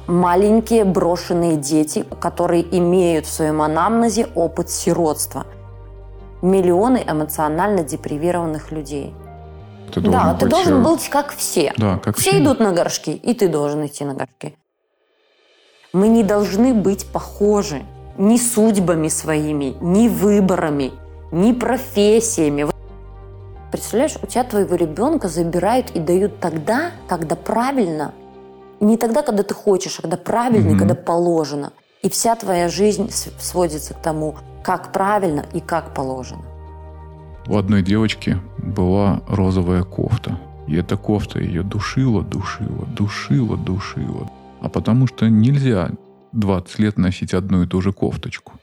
маленькие брошенные дети, которые имеют в своем анамнезе опыт сиротства. Миллионы эмоционально депривированных людей. Ты должен быть как все. Да, как все идут на горшки, и ты должен идти на горшки. Мы не должны быть похожи ни судьбами своими, ни выборами, ни профессиями. Представляешь, у тебя твоего ребенка забирают и дают тогда, когда правильно. Не тогда, когда ты хочешь, а когда правильно, когда положено. И вся твоя жизнь сводится к тому, как правильно и как положено. У одной девочки была розовая кофта. И эта кофта ее душила. А потому что нельзя 20 лет носить одну и ту же кофточку.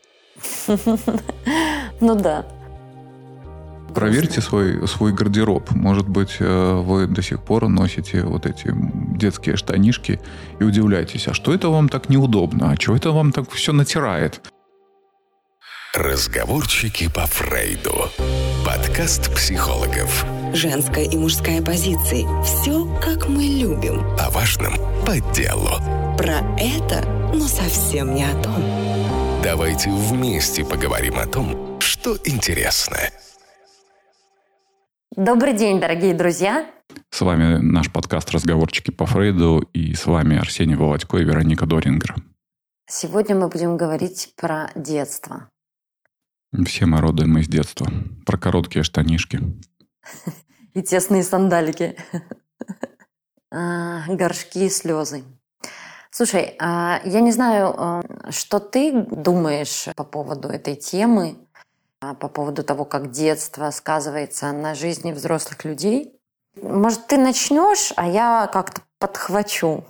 Ну да. Проверьте свой гардероб. Может быть, вы до сих пор носите вот эти детские штанишки и удивляетесь, а что это вам так неудобно? А что это вам так все натирает? Разговорчики по Фрейду. Подкаст психологов. Женская и мужская позиции. Все, как мы любим. О важном по делу. Про это, но совсем не о том. Давайте вместе поговорим о том, что интересно. Добрый день, дорогие друзья. С вами наш подкаст «Разговорчики по Фрейду», и с вами Арсений Володько и Вероника Дорингер. Сегодня мы будем говорить про детство. Все мы родом из детства. Про короткие штанишки. И тесные сандалики. Горшки и слезы. Слушай, я не знаю, что ты думаешь по поводу этой темы, по поводу того, как детство сказывается на жизни взрослых людей. Может, ты начнешь, а я как-то подхвачу.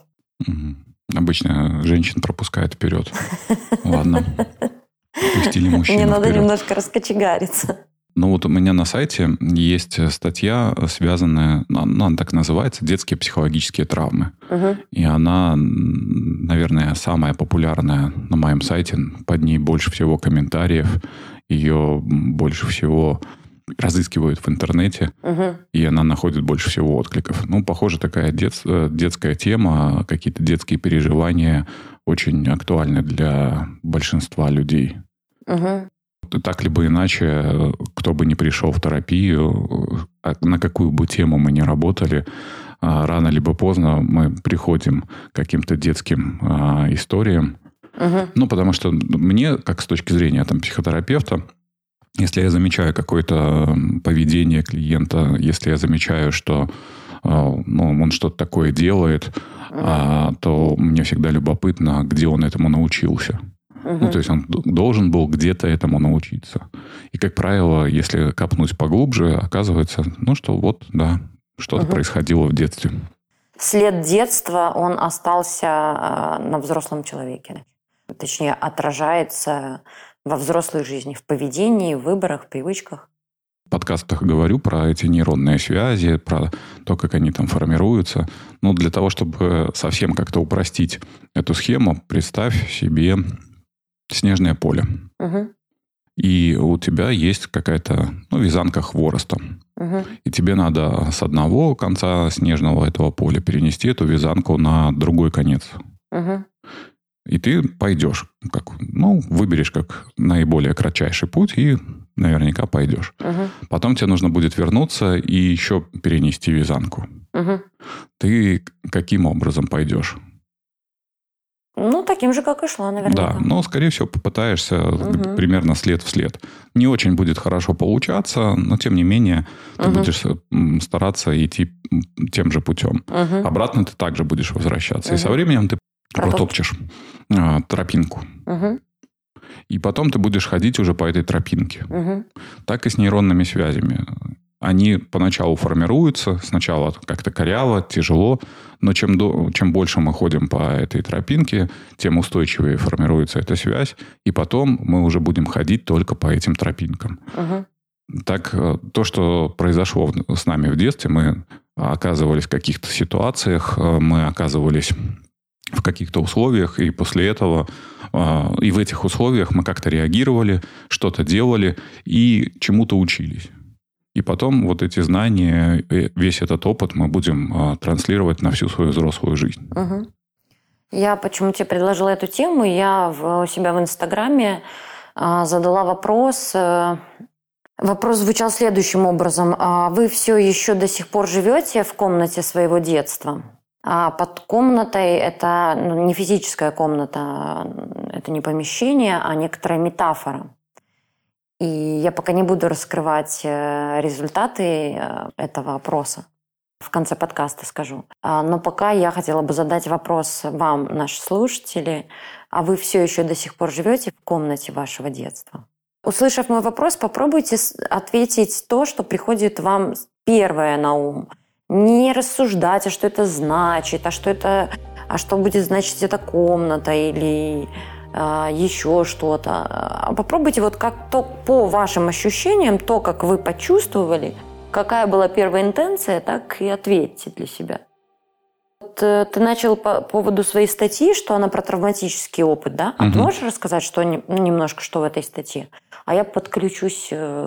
Обычно женщин пропускают вперед. Ладно. Пустили мужчину Мне надо вперед. немножко раскочегариться. Ну вот у меня на сайте есть статья, связанная, она так называется, «Детские психологические травмы». И она, наверное, самая популярная на моем сайте. Под ней больше всего комментариев. Ее больше всего разыскивают в интернете. И она находит больше всего откликов. Ну, похоже, такая детская тема, какие-то детские переживания очень актуальны для большинства людей. Так либо иначе, кто бы ни пришел в терапию, на какую бы тему мы ни работали, рано либо поздно мы приходим к каким-то детским историям. Ну, потому что мне, как с точки зрения психотерапевта, если я замечаю какое-то поведение клиента, если я замечаю, что он что-то такое делает, то мне всегда любопытно, где он этому научился. Ну, то есть он должен был где-то этому научиться. И, как правило, если копнуть поглубже, оказывается, что-то происходило в детстве. След детства, он остался на взрослом человеке. Точнее, отражается во взрослой жизни, в поведении, в выборах, в привычках. В подкастах говорю про эти нейронные связи, про то, как они там формируются. Но для того, чтобы совсем как-то упростить эту схему, представь себе снежное поле. И у тебя есть какая-то вязанка хвороста. И тебе надо с одного конца снежного этого поля перенести эту вязанку на другой конец. И ты пойдешь, выберешь как наиболее кратчайший путь и наверняка пойдешь. Потом тебе нужно будет вернуться и еще перенести вязанку. Ты каким образом пойдешь? Таким же, как и шла, наверняка. Да, скорее всего, попытаешься примерно след в след. Не очень будет хорошо получаться, но, тем не менее, ты будешь стараться идти тем же путем. Обратно ты также будешь возвращаться. И со временем ты протопчешь тропинку. И потом ты будешь ходить уже по этой тропинке. Так и с нейронными связями. Они поначалу формируются, сначала как-то коряво, тяжело, но чем больше мы ходим по этой тропинке, тем устойчивее формируется эта связь, и потом мы уже будем ходить только по этим тропинкам. Так, то, что произошло с нами в детстве, мы оказывались в каких-то ситуациях, мы оказывались в каких-то условиях, и после этого, и в этих условиях мы как-то реагировали, что-то делали и чему-то учились. И потом вот эти знания, весь этот опыт мы будем транслировать на всю свою взрослую жизнь. Я почему тебе предложила эту тему? Я у себя в Инстаграме задала вопрос. Вопрос звучал следующим образом. Вы все еще до сих пор живете в комнате своего детства? А под комнатой это не физическая комната, это не помещение, а некоторая метафора. И я пока не буду раскрывать результаты этого опроса. В конце подкаста скажу. Но пока я хотела бы задать вопрос вам, наши слушатели. А вы все еще до сих пор живете в комнате вашего детства? Услышав мой вопрос, попробуйте ответить то, что приходит вам первое на ум. Не рассуждать, а что это значит, а что будет значить эта комната или еще что-то. Попробуйте как-то по вашим ощущениям, то, как вы почувствовали, какая была первая интенция, так и ответьте для себя. Ты начал по поводу своей статьи, что она про травматический опыт, да? А ты можешь рассказать немножко, что в этой статье? А я подключусь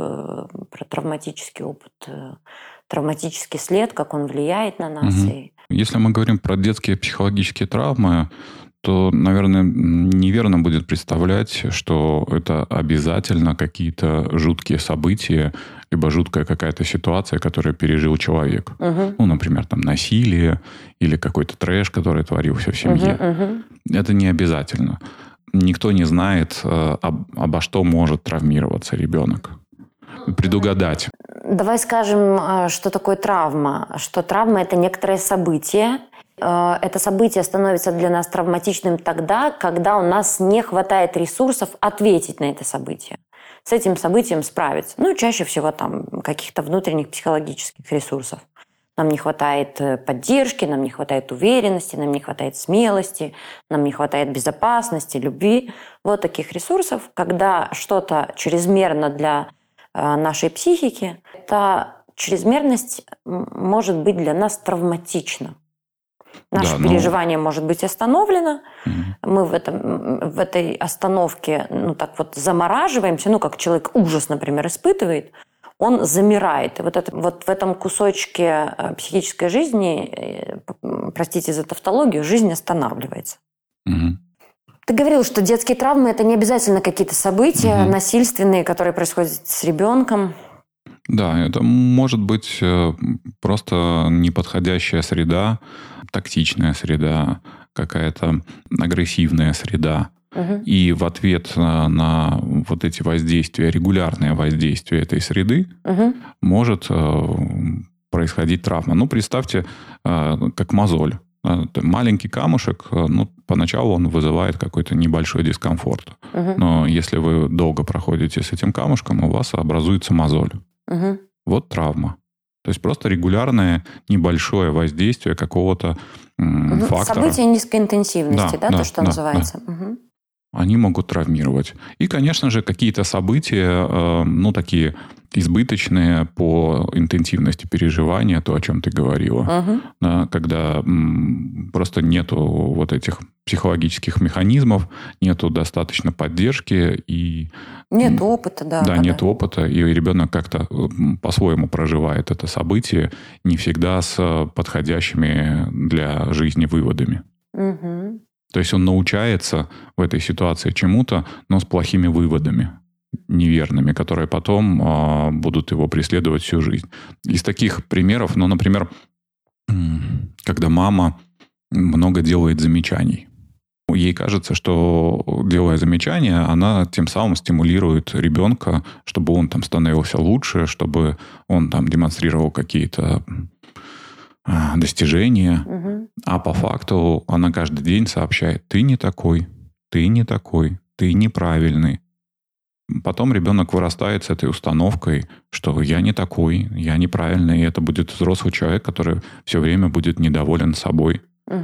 про травматический опыт, травматический след, как он влияет на нас. Если мы говорим про детские психологические травмы, то, наверное, неверно будет представлять, что это обязательно какие-то жуткие события, либо жуткая какая-то ситуация, которую пережил человек. Например, насилие или какой-то трэш, который творился в семье. Это не обязательно. Никто не знает, обо что может травмироваться ребенок. Предугадать. Давай скажем, что такое травма. Что травма – это некоторое событие. Это событие становится для нас травматичным тогда, когда у нас не хватает ресурсов ответить на это событие. С этим событием справиться. Чаще всего каких-то внутренних психологических ресурсов. Нам не хватает поддержки, нам не хватает уверенности, нам не хватает смелости, нам не хватает безопасности, любви. Вот таких ресурсов, когда что-то чрезмерно для нашей психики, эта чрезмерность может быть для нас травматична. Наше переживание может быть остановлено. Мы в этой остановке замораживаемся. Как человек ужас, например, испытывает, он замирает. И в этом кусочке психической жизни, простите за тавтологию, жизнь останавливается. Ты говорил, что детские травмы – это не обязательно какие-то события насильственные, которые происходят с ребенком. Да, это может быть просто неподходящая среда, токсичная среда, какая-то агрессивная среда. И в ответ на вот эти воздействия, регулярное воздействие этой среды может происходить травма. Представьте, как мозоль. Маленький камушек, поначалу он вызывает какой-то небольшой дискомфорт. Но если вы долго проходите с этим камушком, у вас образуется мозоль. Вот травма. То есть просто регулярное небольшое воздействие какого-то фактора. События низкой интенсивности, то, что называется. Да. Они могут травмировать. И, конечно же, какие-то события, такие избыточные по интенсивности переживания, то, о чем ты говорила. Да, когда просто нету вот этих психологических механизмов, нету достаточно поддержки и... Нет опыта, да. Да, нет опыта, и ребенок как-то по-своему проживает это событие, не всегда с подходящими для жизни выводами. То есть он научается в этой ситуации чему-то, но с плохими выводами, неверными, которые потом будут его преследовать всю жизнь. Из таких примеров, например, когда мама много делает замечаний. Ей кажется, что, делая замечания, она тем самым стимулирует ребенка, чтобы он становился лучше, чтобы он демонстрировал какие-то достижения. А по факту она каждый день сообщает: ты не такой, ты не такой, ты неправильный. Потом ребенок вырастает с этой установкой, что я не такой, я неправильный, и это будет взрослый человек, который все время будет недоволен собой.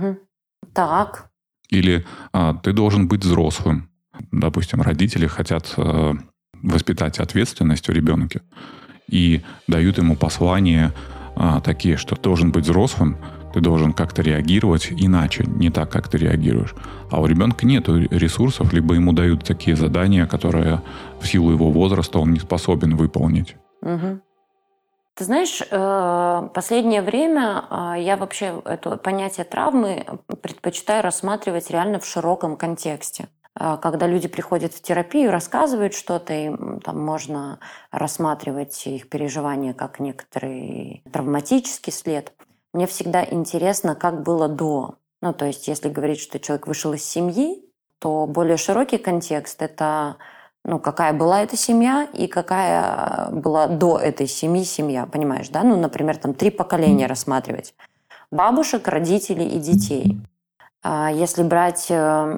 Так. Или ты должен быть взрослым. Допустим, родители хотят воспитать ответственность у ребенка и дают ему послания такие, что ты должен быть взрослым, ты должен как-то реагировать иначе, не так, как ты реагируешь. А у ребенка нет ресурсов, либо ему дают такие задания, которые в силу его возраста он не способен выполнить. Ты знаешь, последнее время я вообще это понятие травмы предпочитаю рассматривать реально в широком контексте. Когда люди приходят в терапию, рассказывают что-то, и там можно рассматривать их переживания как некоторый травматический след. Мне всегда интересно, как было до. Ну, то есть, если говорить, что человек вышел из семьи, то более широкий контекст – это какая была эта семья и какая была до этой семьи семья, понимаешь, да? Например, там 3 поколения рассматривать. Бабушек, родителей и детей. Если брать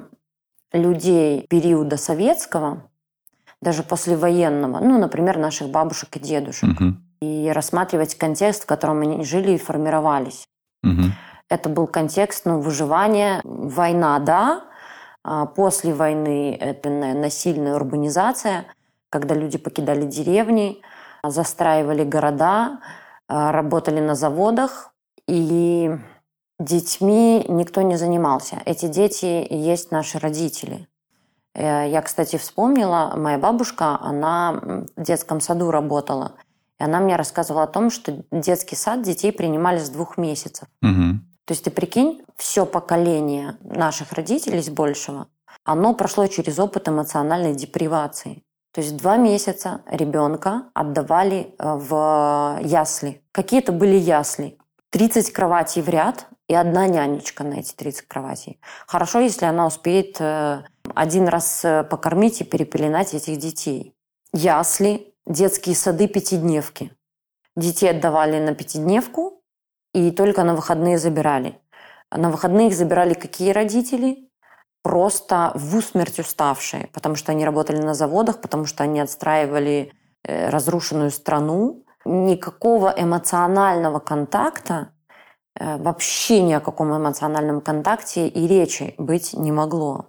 людей периода советского, даже послевоенного, например, наших бабушек и дедушек, и рассматривать контекст, в котором они жили и формировались. Это был контекст выживания, война, да, после войны это насильная урбанизация, когда люди покидали деревни, застраивали города, работали на заводах, и детьми никто не занимался. Эти дети и есть наши родители. Я, кстати, вспомнила, моя бабушка, она в детском саду работала, и она мне рассказывала о том, что детский сад детей принимали с 2 месяцев. То есть ты прикинь, все поколение наших родителей с большего, оно прошло через опыт эмоциональной депривации. То есть 2 месяца ребенка отдавали в ясли. Какие-то были ясли. 30 кроватей в ряд и 1 нянечка на эти 30 кроватей. Хорошо, если она успеет 1 раз покормить и перепеленать этих детей. Ясли, детские сады, 5-дневки. Детей отдавали на 5-дневку, и только на выходные забирали. На выходные их забирали какие родители? Просто вусмерть уставшие, потому что они работали на заводах, потому что они отстраивали разрушенную страну. Никакого эмоционального контакта, вообще ни о каком эмоциональном контакте и речи быть не могло.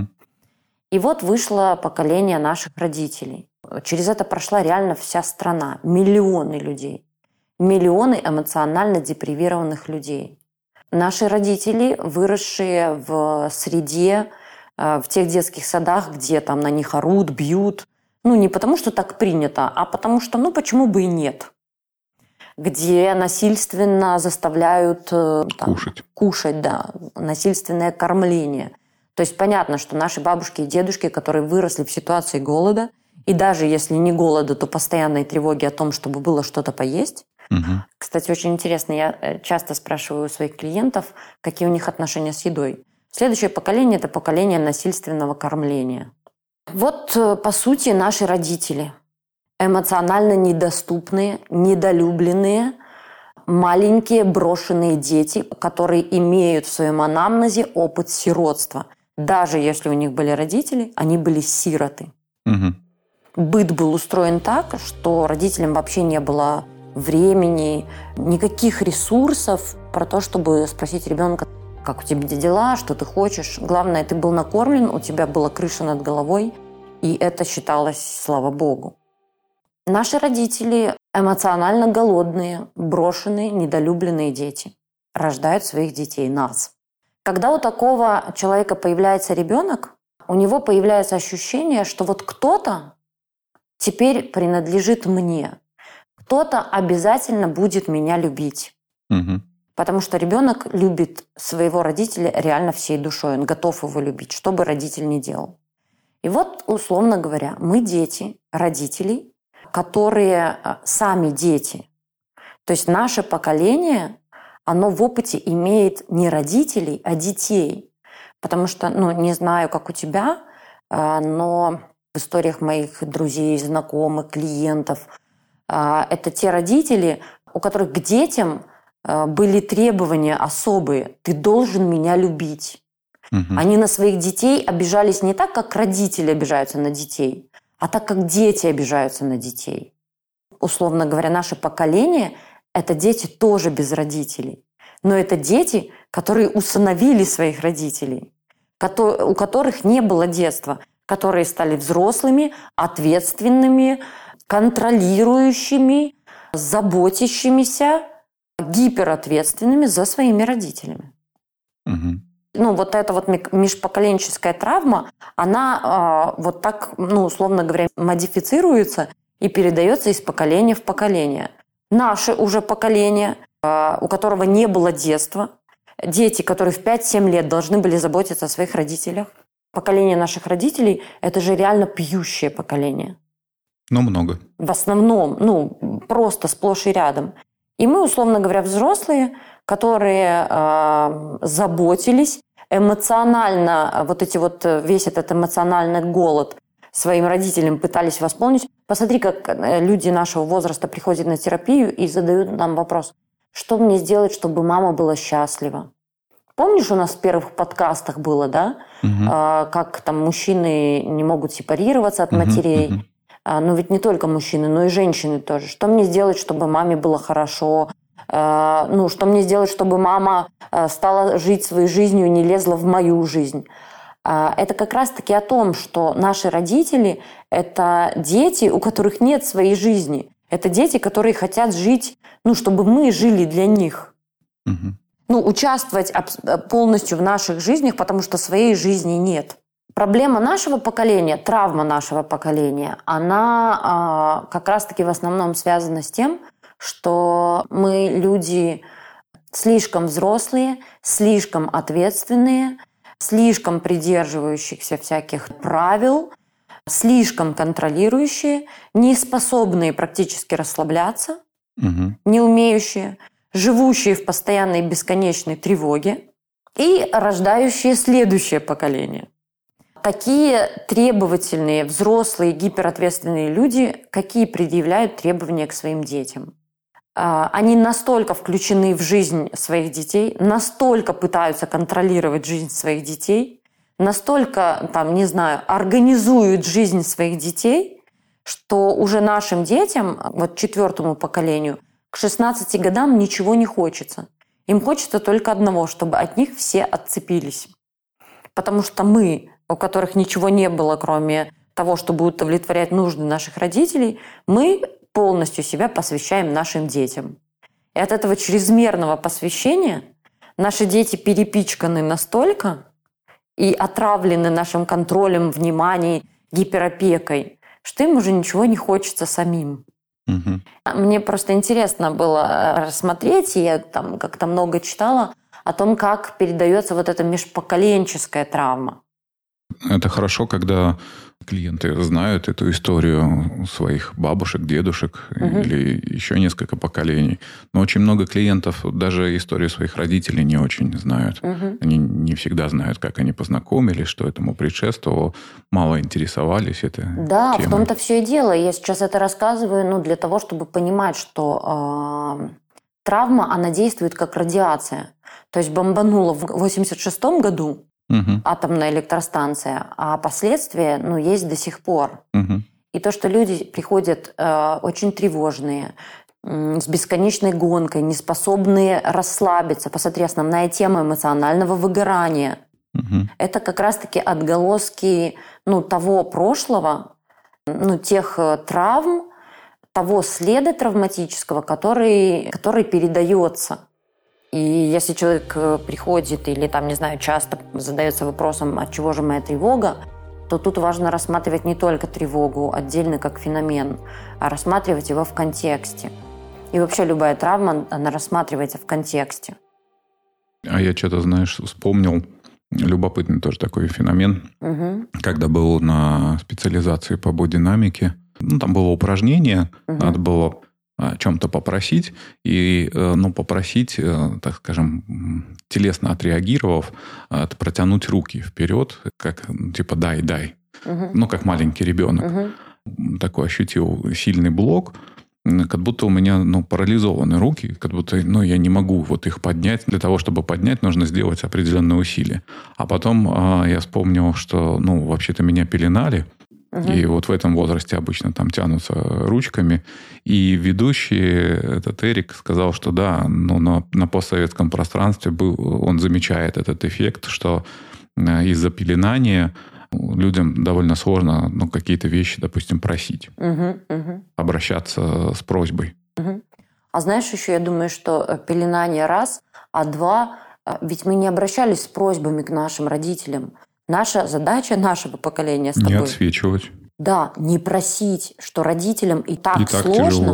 И вот вышло поколение наших родителей. Через это прошла реально вся страна, миллионы людей. Миллионы эмоционально депривированных людей. Наши родители, выросшие в среде, в тех детских садах, где там на них орут, бьют. Не потому, что так принято, а потому что, почему бы и нет. Где насильственно заставляют кушать, да, насильственное кормление. То есть понятно, что наши бабушки и дедушки, которые выросли в ситуации голода, и даже если не голода, то постоянной тревоги о том, чтобы было что-то поесть. Кстати, очень интересно, я часто спрашиваю у своих клиентов, какие у них отношения с едой. Следующее поколение – это поколение насильственного кормления. Вот, по сути, наши родители. Эмоционально недоступные, недолюбленные, маленькие брошенные дети, которые имеют в своем анамнезе опыт сиротства. Даже если у них были родители, они были сироты. Быт был устроен так, что родителям вообще не было времени, никаких ресурсов про то, чтобы спросить ребенка, как у тебя дела, что ты хочешь. Главное, ты был накормлен, у тебя была крыша над головой, и это считалось, слава богу. Наши родители эмоционально голодные, брошенные, недолюбленные дети. Рождают своих детей, нас. Когда у такого человека появляется ребенок, у него появляется ощущение, что вот кто-то теперь принадлежит мне. Кто-то обязательно будет меня любить. Потому что ребенок любит своего родителя реально всей душой. Он готов его любить, что бы родитель ни делал. И вот, условно говоря, мы дети родителей, которые сами дети. То есть наше поколение, оно в опыте имеет не родителей, а детей. Потому что, не знаю, как у тебя, но в историях моих друзей, знакомых, клиентов – это те родители, у которых к детям были требования особые. Ты должен меня любить. Они на своих детей обижались не так, как родители обижаются на детей, а так, как дети обижаются на детей. Условно говоря, наше поколение – это дети тоже без родителей. Но это дети, которые усыновили своих родителей, у которых не было детства, которые стали взрослыми, ответственными, контролирующими, заботящимися, гиперответственными за своими родителями. Вот эта вот межпоколенческая травма, она вот так, условно говоря, модифицируется и передается из поколения в поколение. наше уже поколение, у которого не было детства, дети, которые в 5-7 лет должны были заботиться о своих родителях. Поколение наших родителей – это же реально пьющее поколение. Но много. В основном, просто сплошь и рядом. И мы, условно говоря, взрослые, которые заботились эмоционально, весь этот эмоциональный голод своим родителям пытались восполнить. Посмотри, как люди нашего возраста приходят на терапию и задают нам вопрос, что мне сделать, чтобы мама была счастлива? Помнишь, у нас в первых подкастах было, да? Как там мужчины не могут сепарироваться от матерей. Но ведь не только мужчины, но и женщины тоже. Что мне сделать, чтобы маме было хорошо? Что мне сделать, чтобы мама стала жить своей жизнью и не лезла в мою жизнь? Это как раз-таки о том, что наши родители – это дети, у которых нет своей жизни. Это дети, которые хотят жить, чтобы мы жили для них. Участвовать полностью в наших жизнях, потому что своей жизни нет. Проблема нашего поколения, травма нашего поколения, она как раз-таки в основном связана с тем, что мы люди слишком взрослые, слишком ответственные, слишком придерживающихся всяких правил, слишком контролирующие, не способные практически расслабляться, не умеющие, живущие в постоянной бесконечной тревоге и рождающие следующее поколение. Такие требовательные, взрослые, гиперответственные люди, какие предъявляют требования к своим детям? Они настолько включены в жизнь своих детей, настолько пытаются контролировать жизнь своих детей, настолько, организуют жизнь своих детей, что уже нашим детям, 4-му поколению, к 16 годам ничего не хочется. Им хочется только одного, чтобы от них все отцепились. Потому что мы, у которых ничего не было, кроме того, чтобы удовлетворять нужды наших родителей, мы полностью себя посвящаем нашим детям. И от этого чрезмерного посвящения наши дети перепичканы настолько и отравлены нашим контролем, вниманием, гиперопекой, что им уже ничего не хочется самим. Мне просто интересно было рассмотреть, и я там как-то много читала о том, как передается эта межпоколенческая травма. Это хорошо, когда клиенты знают эту историю своих бабушек, дедушек или еще несколько поколений. Но очень много клиентов даже историю своих родителей не очень знают. Они не всегда знают, как они познакомились, что этому предшествовало, мало интересовались этой темой. В том-то все и дело. Я сейчас это рассказываю для того, чтобы понимать, что травма, она действует как радиация. То есть бомбанула в 1986 году, атомная электростанция, а последствия есть до сих пор. И то, что люди приходят очень тревожные, с бесконечной гонкой, не способные расслабиться. Посмотри, основная тема эмоционального выгорания. Это как раз-таки отголоски того прошлого, тех травм, того следа травматического, который передается. И если человек приходит или, часто задается вопросом, от чего же моя тревога, то тут важно рассматривать не только тревогу отдельно как феномен, а рассматривать его в контексте. И вообще любая травма, она рассматривается в контексте. А я что-то, вспомнил любопытный тоже такой феномен. Когда был на специализации по бодинамике, там было упражнение, надо было о чем-то попросить, и попросить, так скажем, телесно отреагировав, протянуть руки вперед, как дай. Как маленький ребенок. Такой ощутил сильный блок, как будто у меня парализованы руки, как будто я не могу их поднять. Для того, чтобы поднять, нужно сделать определенные усилия. А потом я вспомнил, что вообще-то меня пеленали. И в этом возрасте обычно там тянутся ручками. И ведущий, этот Эрик, сказал, что да, на постсоветском пространстве он замечает этот эффект, что из-за пеленания людям довольно сложно какие-то вещи, допустим, просить. Обращаться с просьбой. А знаешь, еще я думаю, что пеленание раз, а два, ведь мы не обращались с просьбами к нашим родителям. Наша задача нашего поколения с тобой... Не отсвечивать. Да, не просить, что родителям и так сложно. Тяжело.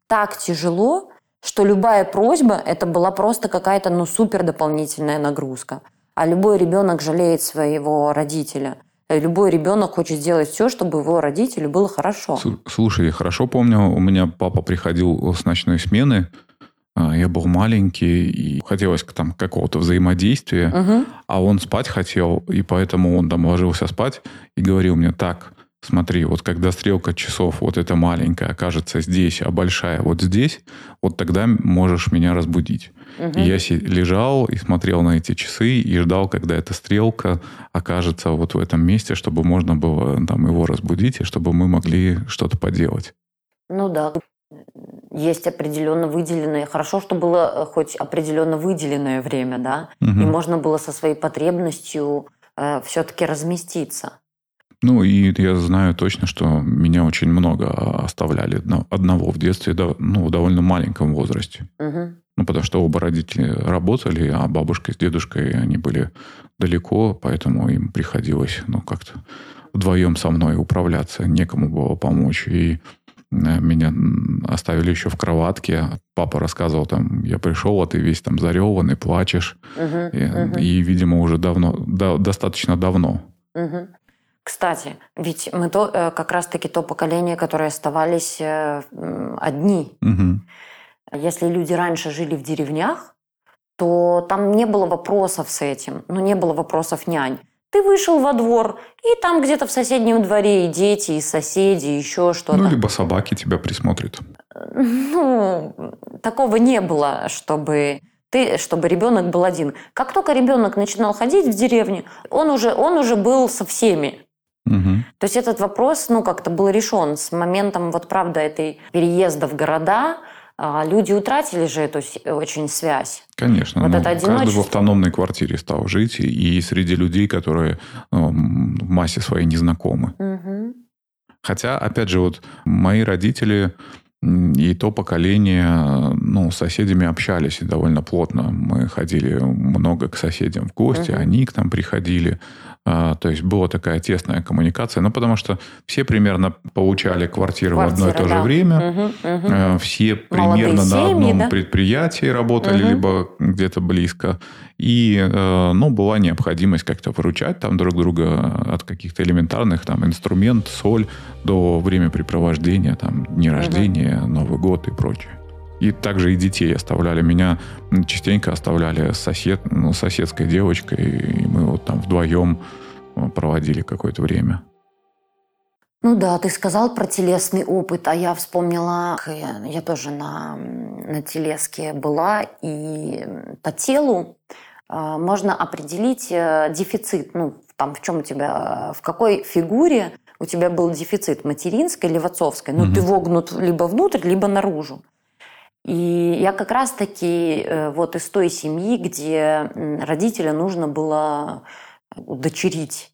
так тяжело, что любая просьба – это была просто какая-то супер дополнительная нагрузка. А любой ребенок жалеет своего родителя. Любой ребенок хочет сделать все, чтобы его родителю было хорошо. Слушай, я хорошо помню, у меня папа приходил с ночной смены, я был маленький, и хотелось там какого-то взаимодействия, а он спать хотел, и поэтому он там ложился спать и говорил мне: так, смотри, вот когда стрелка часов вот эта маленькая окажется здесь, а большая вот здесь, вот тогда можешь меня разбудить. И я лежал и смотрел на эти часы и ждал, когда эта стрелка окажется вот в этом месте, чтобы можно было там его разбудить, и чтобы мы могли что-то поделать. Ну да, есть определенно выделенное. Хорошо, что было хоть определенно выделенное время, да, и можно было со своей потребностью все-таки разместиться. Ну, и я знаю точно, что меня очень много оставляли одного в детстве, в довольно маленьком возрасте. Ну, потому что оба родители работали, а бабушка с дедушкой, они были далеко, поэтому им приходилось, как-то вдвоем со мной управляться, некому было помочь. И меня оставили еще в кроватке. Папа рассказывал, я пришел, а ты весь зареванный, плачешь. И, видимо, уже достаточно давно. Кстати, ведь мы как раз-таки то поколение, которое оставались одни. Если люди раньше жили в деревнях, то там не было вопросов с этим. Не было вопросов нянь. Ты вышел во двор, и там где-то в соседнем дворе и дети, и соседи, и еще что-то. Либо собаки тебя присмотрят. Такого не было, чтобы ребенок был один. Как только ребенок начинал ходить в деревню, он уже был со всеми. То есть этот вопрос, как-то был решен. С моментом, правда, этой переезда в города люди утратили же эту очень связь. Конечно. Каждый в автономной квартире стал жить, и среди людей, которые в массе своей незнакомы. Хотя, опять же, мои родители и то поколение, с соседями общались довольно плотно. Мы ходили много к соседям в гости, они к нам приходили. То есть была такая тесная коммуникация. Потому что все примерно получали квартиры в одно и то же время. Все примерно на одном предприятии работали, либо где-то близко. И была необходимость как-то выручать друг друга от каких-то элементарных инструмент, соль, до времяпрепровождения, дни рождения, Новый год и прочее. И также и детей оставляли. Меня частенько оставляли с соседской девочкой, и мы вдвоем проводили какое-то время. Ну да, ты сказал про телесный опыт, а я вспомнила, я тоже на телеске была, и по телу можно определить дефицит. В чем в какой фигуре у тебя был дефицит, материнской или отцовской. Ты вогнут либо внутрь, либо наружу. И я как раз-таки из той семьи, где родителя нужно было удочерить.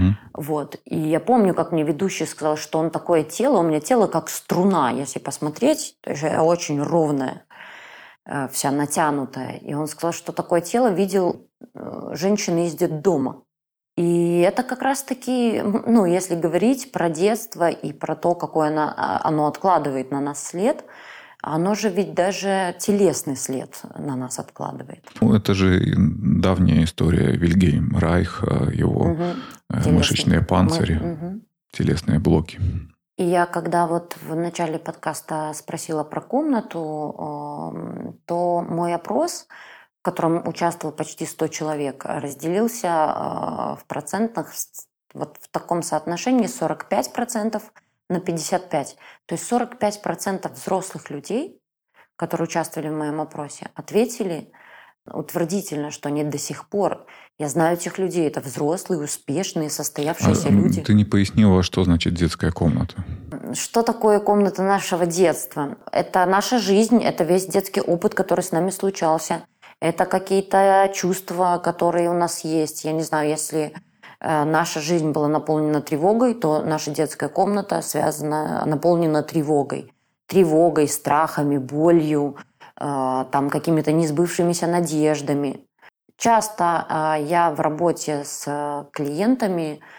И я помню, как мне ведущий сказал, что он такое тело, у меня тело как струна, если посмотреть, то есть я очень ровная, вся натянутая. И он сказал, что такое тело видел женщины из детдома. И это как раз-таки, если говорить про детство и про то, какой оно откладывает на нас след, оно же ведь даже телесный след на нас откладывает. Это же давняя история. Вильгельм Райх, его мышечные панцири, телесные блоки. И я, когда в начале подкаста спросила про комнату, то мой опрос, в котором участвовал почти 100 человек, разделился в процентах в таком соотношении 45% на 55%. То есть 45% взрослых людей, которые участвовали в моем опросе, ответили утвердительно, что они до сих пор. Я знаю этих людей. Это взрослые, успешные, состоявшиеся люди. Ты не пояснила, что значит детская комната? Что такое комната нашего детства? Это наша жизнь, это весь детский опыт, который с нами случался. Это какие-то чувства, которые у нас есть. Я не знаю, если наша жизнь была наполнена тревогой, то наша детская комната наполнена тревогой. Тревогой, страхами, болью, какими-то несбывшимися надеждами. Часто я в работе с клиентами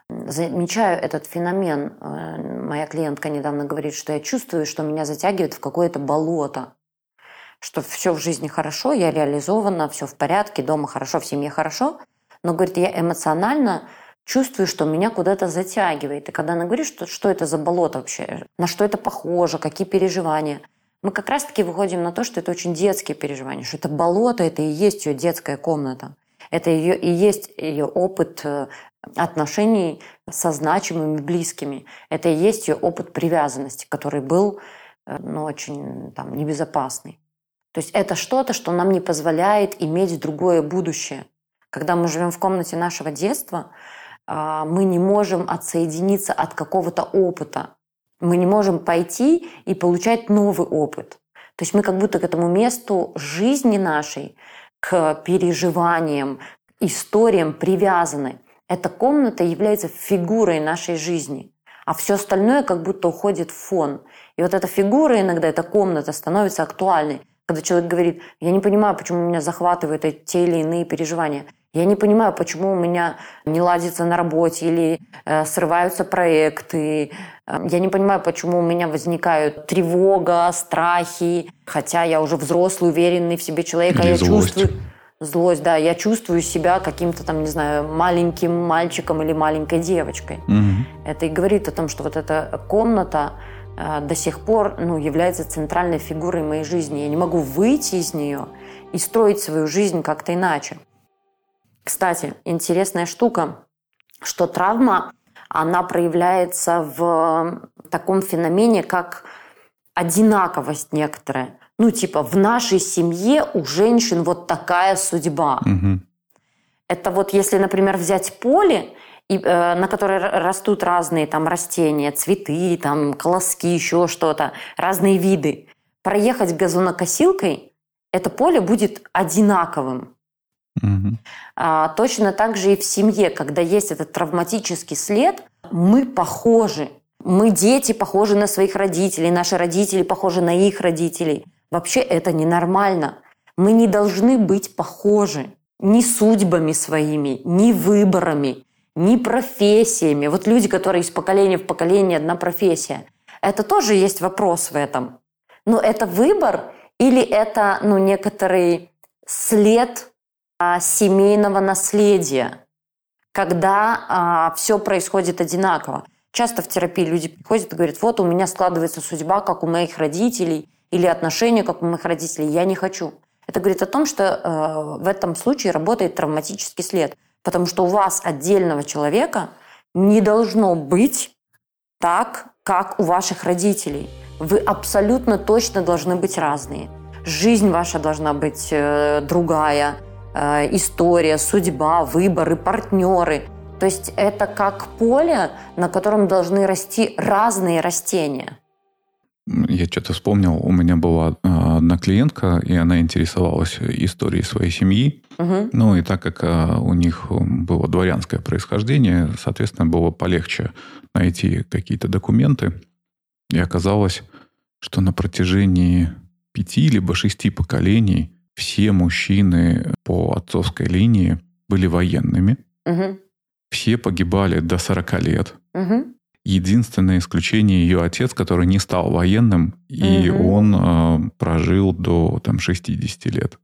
замечаю этот феномен. Моя клиентка недавно говорит, что я чувствую, что меня затягивает в какое-то болото. Что все в жизни хорошо, я реализована, все в порядке, дома хорошо, в семье хорошо. Но, говорит, я эмоционально чувствую, что меня куда-то затягивает. И когда она говорит, что это за болото вообще, на что это похоже, какие переживания, мы как раз-таки выходим на то, что это очень детские переживания, что это болото, это и есть ее детская комната. Это и есть ее опыт отношений со значимыми близкими. Это и есть ее опыт привязанности, который был очень небезопасный. То есть это что-то, что нам не позволяет иметь другое будущее. Когда мы живем в комнате нашего детства, мы не можем отсоединиться от какого-то опыта. Мы не можем пойти и получать новый опыт. То есть мы как будто к этому месту жизни нашей, к переживаниям, историям привязаны. Эта комната является фигурой нашей жизни, а все остальное как будто уходит в фон. И вот эта фигура иногда, эта комната становится актуальной. Когда человек говорит, я не понимаю, почему меня захватывают те или иные переживания. Я не понимаю, почему у меня не ладится на работе или срываются проекты. Я не понимаю, почему у меня возникают тревога, страхи. Хотя я уже взрослый, уверенный в себе человек. Или я злость. Чувствую... Злость, да. Я чувствую себя каким-то маленьким мальчиком или маленькой девочкой. Угу. Это и говорит о том, что вот эта комната до сих пор является центральной фигурой моей жизни. Я не могу выйти из нее и строить свою жизнь как-то иначе. Кстати, интересная штука, что травма, она проявляется в таком феномене, как одинаковость некоторая. В нашей семье у женщин вот такая судьба. Угу. Это вот если, например, взять поле, на которой растут разные растения, цветы, колоски, еще что-то, разные виды. Проехать газонокосилкой, это поле будет одинаковым. Угу. Точно так же и в семье, когда есть этот травматический след, мы похожи. Мы, дети, похожи на своих родителей, наши родители похожи на их родителей. Вообще это ненормально. Мы не должны быть похожи ни судьбами своими, ни выборами, ни профессиями. Вот люди, которые из поколения в поколение одна профессия. Это тоже есть вопрос в этом. Но это выбор или это некоторый след семейного наследия, когда все происходит одинаково. Часто в терапии люди приходят и говорят, вот у меня складывается судьба, как у моих родителей, или отношения, как у моих родителей, я не хочу. Это говорит о том, что в этом случае работает травматический след, потому что у вас отдельного человека не должно быть так, как у ваших родителей. Вы абсолютно точно должны быть разные. Жизнь ваша должна быть другая, история, судьба, выборы, партнеры. То есть это как поле, на котором должны расти разные растения. Я что-то вспомнил, у меня была одна клиентка, и она интересовалась историей своей семьи. Угу. И так как у них было дворянское происхождение, соответственно, было полегче найти какие-то документы. И оказалось, что на протяжении 5 либо 6 поколений все мужчины по отцовской линии были военными. Угу. Все погибали до 40 лет. Угу. Единственное исключение ее отец, который не стал военным, и он прожил до 60 лет.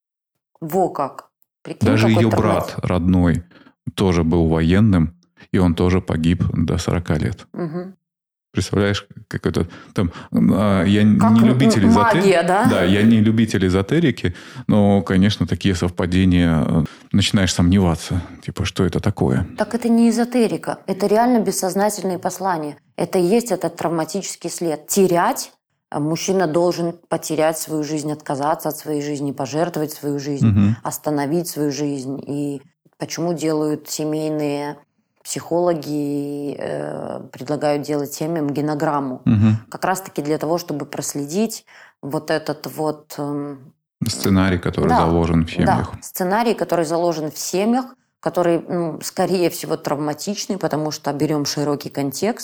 Во как! Прикинь, даже ее брат родной тоже был военным, и он тоже погиб до 40 лет. Угу. Представляешь, какой-то там... Я как не любитель магия, да? Да, я не любитель эзотерики, но, конечно, такие совпадения начинаешь сомневаться. Что это такое? Так это не эзотерика. Это реально бессознательные послания. Это и есть этот травматический след. Терять. Мужчина должен потерять свою жизнь, отказаться от своей жизни, пожертвовать свою жизнь, остановить свою жизнь. И почему делают семейные... Психологи предлагают делать семьям генограмму. Как раз-таки для того, чтобы проследить вот этот сценарий, который заложен в семьях. Да, сценарий, который заложен в семьях, который, скорее всего, травматичный, потому что берем широкий контекст,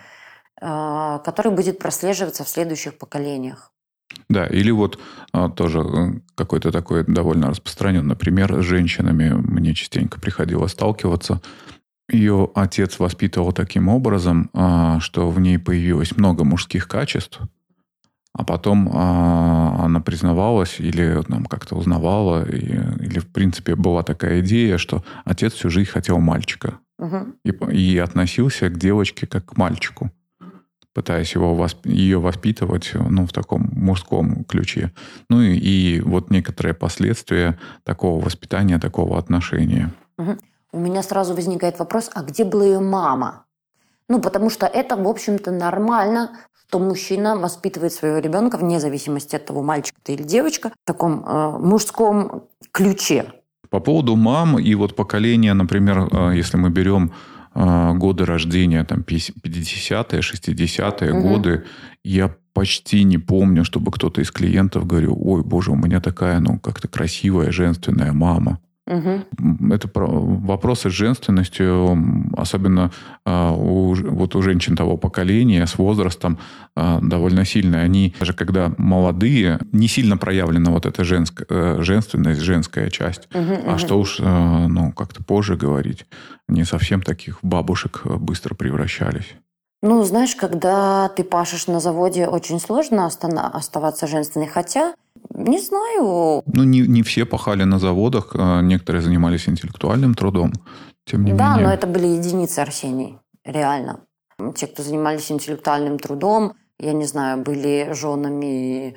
который будет прослеживаться в следующих поколениях. Да, или тоже какой-то такой довольно распространенный пример. С женщинами мне частенько приходилось сталкиваться. ее отец воспитывал таким образом, что в ней появилось много мужских качеств, а потом она признавалась или там как-то узнавала, или в принципе была такая идея, что отец всю жизнь хотел мальчика. И относился к девочке как к мальчику, пытаясь ее воспитывать в таком мужском ключе. Ну и вот некоторые последствия такого воспитания, такого отношения. У меня сразу возникает вопрос, а где была ее мама? Потому что это, в общем-то, нормально, что мужчина воспитывает своего ребенка вне зависимости от того, мальчик ты или девочка, в таком мужском ключе. По поводу мам и вот поколения, например, если мы берем годы рождения, там 50-е, 60-е годы, я почти не помню, чтобы кто-то из клиентов говорил: ой, боже, у меня такая, как-то красивая, женственная мама. Это вопросы с женственностью, особенно у женщин того поколения с возрастом, довольно сильные. Они, даже когда молодые, не сильно проявлена вот эта женственность, женская часть. А что уж как-то позже говорить, они совсем таких бабушек быстро превращались. Знаешь, когда ты пашешь на заводе, очень сложно оставаться женственной. Хотя, не знаю... Не все пахали на заводах. Некоторые занимались интеллектуальным трудом. Тем не менее... Да, но это были единицы, Арсений. Реально. Те, кто занимались интеллектуальным трудом, я не знаю, были женами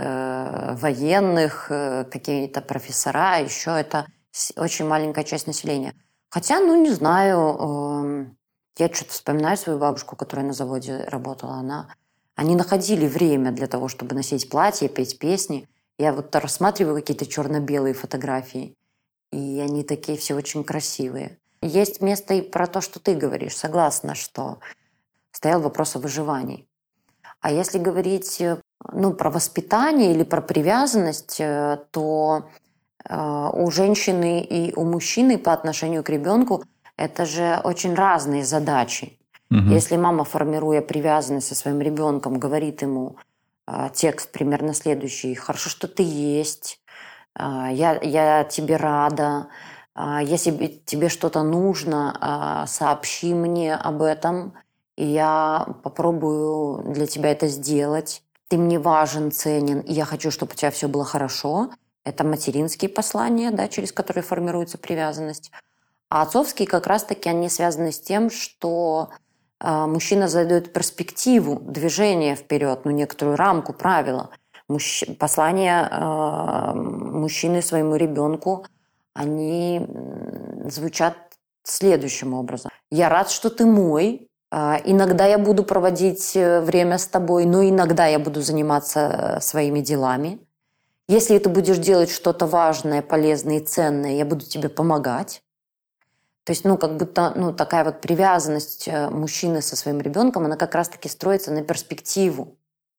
военных, какие-то профессора. Еще это очень маленькая часть населения. Хотя, не знаю... Я что-то вспоминаю свою бабушку, которая на заводе работала. Они находили время для того, чтобы носить платье, петь песни. Я вот рассматриваю какие-то черно-белые фотографии, и они такие все очень красивые. Есть место и про то, что ты говоришь. Согласна, что стоял вопрос о выживании. А если говорить про воспитание или про привязанность, то у женщины и у мужчины по отношению к ребенку это же очень разные задачи. Если мама, формируя привязанность со своим ребенком, говорит ему текст примерно следующий: «Хорошо, что ты есть, я тебе рада, если тебе что-то нужно, сообщи мне об этом, и я попробую для тебя это сделать. Ты мне важен, ценен, и я хочу, чтобы у тебя все было хорошо». Это материнские послания, да, через которые формируется привязанность. А отцовские как раз-таки они связаны с тем, что мужчина задает перспективу, движение вперед, некоторую рамку, правила. Послания мужчины своему ребенку, они звучат следующим образом. «Я рад, что ты мой. Иногда я буду проводить время с тобой, но иногда я буду заниматься своими делами. Если ты будешь делать что-то важное, полезное и ценное, я буду тебе помогать». То есть, как будто, такая вот привязанность мужчины со своим ребенком, она как раз-таки строится на перспективу.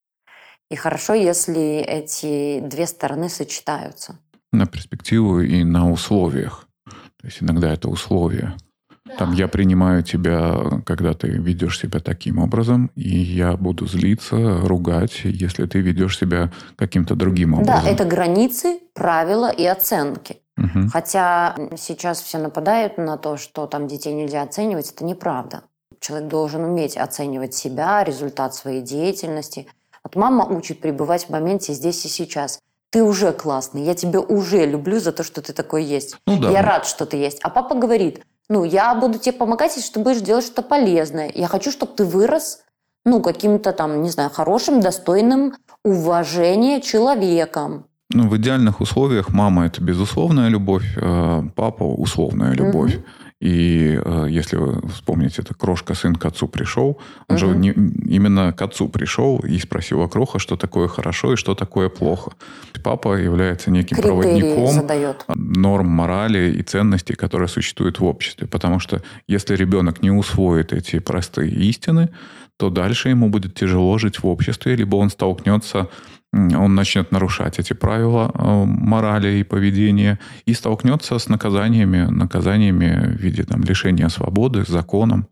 И хорошо, если эти две стороны сочетаются. На перспективу и на условиях. То есть, иногда это условия. Там я принимаю тебя, когда ты ведешь себя таким образом, и я буду злиться, ругать, если ты ведешь себя каким-то другим образом. Да, это границы, правила и оценки. Хотя сейчас все нападают на то, что там детей нельзя оценивать, это неправда. Человек должен уметь оценивать себя, результат своей деятельности. Вот мама учит пребывать в моменте здесь и сейчас. Ты уже классный, я тебя уже люблю за то, что ты такой есть. Я рад, что ты есть. А папа говорит: я буду тебе помогать, если ты будешь делать что-то полезное. Я хочу, чтобы ты вырос, каким-то там, не знаю, хорошим, достойным уважения человеком. В идеальных условиях мама – это безусловная любовь, папа – условная любовь. И если вы вспомните, это крошка сын к отцу пришел, он же именно к отцу пришел и спросил у кроха, что такое хорошо и что такое плохо. Папа является неким проводником норм морали и ценностей, которые существуют в обществе. Потому что если ребенок не усвоит эти простые истины, то дальше ему будет тяжело жить в обществе, либо он столкнется... Он начнет нарушать эти правила морали и поведения и столкнется с наказаниями в виде лишения свободы, законом.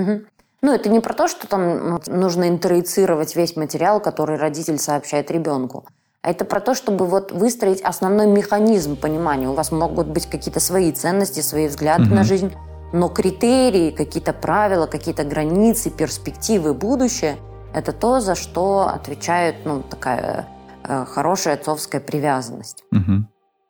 Это не про то, что там нужно интроицировать весь материал, который родитель сообщает ребенку. А это про то, чтобы выстроить основной механизм понимания. У вас могут быть какие-то свои ценности, свои взгляды на жизнь. Но критерии, какие-то правила, какие-то границы, перспективы, будущее – это то, за что отвечает такая хорошая отцовская привязанность. Угу.